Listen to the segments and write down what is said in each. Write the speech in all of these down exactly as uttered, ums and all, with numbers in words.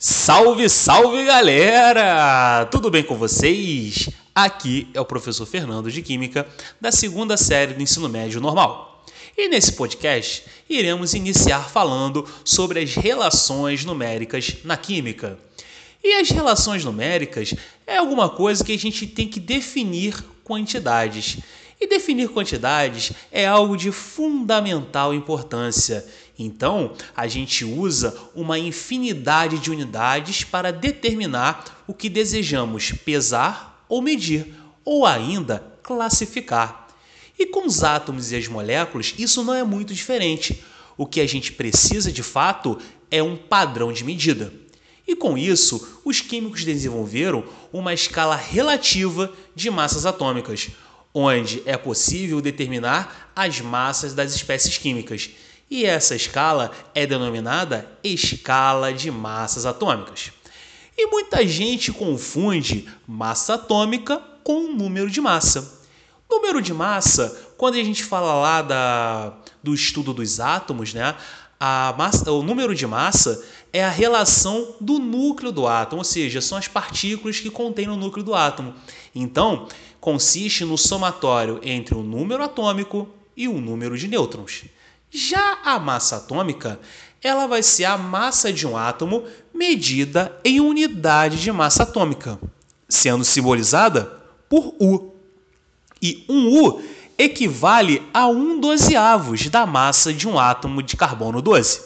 Salve, salve galera! Tudo bem com vocês? Aqui é o professor Fernando de Química, da segunda série do Ensino Médio Normal. E nesse podcast, iremos iniciar falando sobre as relações numéricas na química. E as relações numéricas é alguma coisa que a gente tem que definir quantidades. E definir quantidades é algo de fundamental importância. Então, a gente usa uma infinidade de unidades para determinar o que desejamos pesar ou medir, ou ainda classificar. E com os átomos e as moléculas, isso não é muito diferente. O que a gente precisa, de fato, é um padrão de medida. E com isso, os químicos desenvolveram uma escala relativa de massas atômicas, onde é possível determinar as massas das espécies químicas. E essa escala é denominada escala de massas atômicas. E muita gente confunde massa atômica com número de massa. Número de massa, quando a gente fala lá da, do estudo dos átomos, né, a massa, o número de massa é a relação do núcleo do átomo, ou seja, são as partículas que contêm no núcleo do átomo. Então, consiste no somatório entre o número atômico e o número de nêutrons. Já a massa atômica, ela vai ser a massa de um átomo medida em unidade de massa atômica, sendo simbolizada por U. E um U equivale a um dozeavos da massa de um átomo de carbono doze.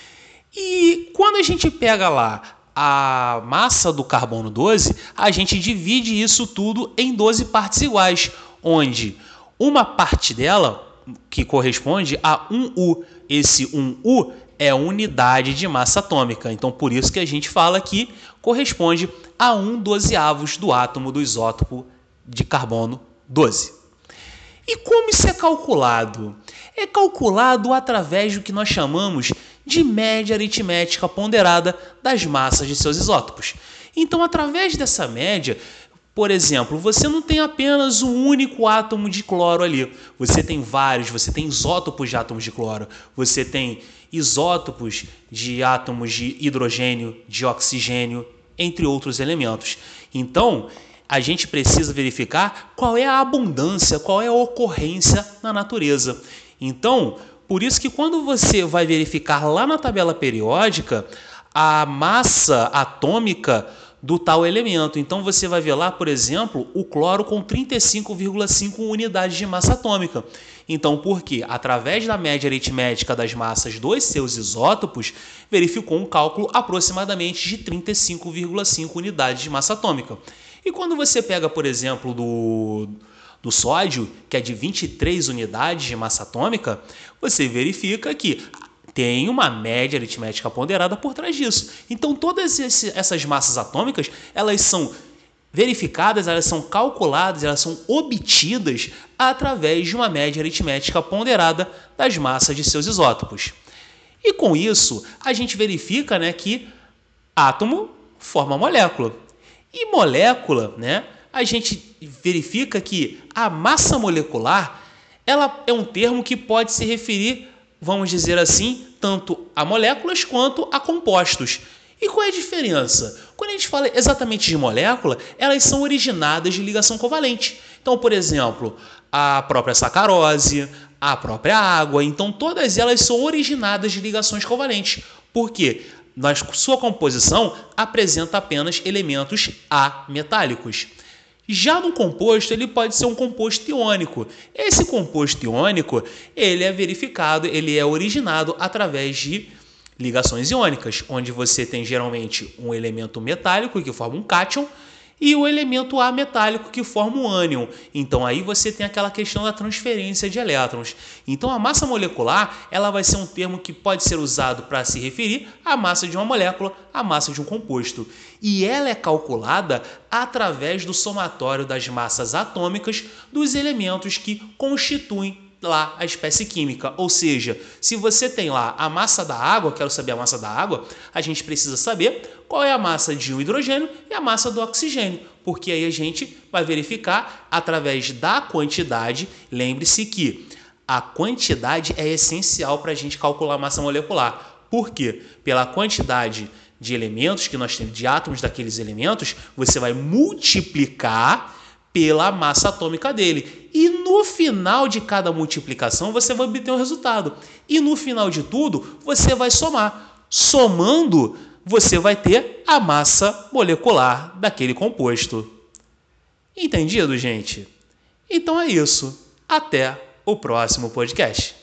E quando a gente pega lá a massa do carbono doze, a gente divide isso tudo em doze partes iguais, onde uma parte dela, que corresponde a um U. Esse um U é a unidade de massa atômica. Então, por isso que a gente fala que corresponde a um dozeavos do átomo do isótopo de carbono doze. E como isso é calculado? É calculado através do que nós chamamos de média aritmética ponderada das massas de seus isótopos. Então, através dessa média, por exemplo, você não tem apenas um único átomo de cloro ali. Você tem vários, você tem isótopos de átomos de cloro. Você tem isótopos de átomos de hidrogênio, de oxigênio, entre outros elementos. Então, a gente precisa verificar qual é a abundância, qual é a ocorrência na natureza. Então, por isso que quando você vai verificar lá na tabela periódica a massa atômica do tal elemento. Então, você vai ver lá, por exemplo, o cloro com trinta e cinco vírgula cinco unidades de massa atômica. Então, por quê? Através da média aritmética das massas dos seus isótopos, verificou um cálculo aproximadamente de trinta e cinco vírgula cinco unidades de massa atômica. E quando você pega, por exemplo, do, do sódio, que é de vinte e três unidades de massa atômica, você verifica que tem uma média aritmética ponderada por trás disso. Então, todas essas massas atômicas, elas são verificadas, elas são calculadas, elas são obtidas através de uma média aritmética ponderada das massas de seus isótopos. E com isso, a gente verifica, né, que átomo forma molécula. E molécula, né, a gente verifica que a massa molecular, ela é um termo que pode se referir, vamos dizer assim, tanto a moléculas quanto a compostos. E qual é a diferença? Quando a gente fala exatamente de molécula, elas são originadas de ligação covalente. Então, por exemplo, a própria sacarose, a própria água, então todas elas são originadas de ligações covalentes. Por quê? Na sua composição apresenta apenas elementos ametálicos. Já no composto, ele pode ser um composto iônico. Esse composto iônico, ele é verificado, ele é originado através de ligações iônicas, onde você tem geralmente um elemento metálico que forma um cátion e o elemento ametálico que forma um ânion. Então aí você tem aquela questão da transferência de elétrons. Então a massa molecular, ela vai ser um termo que pode ser usado para se referir à massa de uma molécula, à massa de um composto. E ela é calculada através do somatório das massas atômicas dos elementos que constituem lá a espécie química. Ou seja, se você tem lá a massa da água, quero saber a massa da água, a gente precisa saber qual é a massa de um hidrogênio e a massa do oxigênio, porque aí a gente vai verificar através da quantidade. Lembre-se que a quantidade é essencial para a gente calcular a massa molecular. Por quê? Pela quantidade de elementos que nós temos, de átomos daqueles elementos, você vai multiplicar pela massa atômica dele. E no final de cada multiplicação, você vai obter um resultado. E no final de tudo, você vai somar. Somando, você vai ter a massa molecular daquele composto. Entendido, gente? Então é isso. Até o próximo podcast.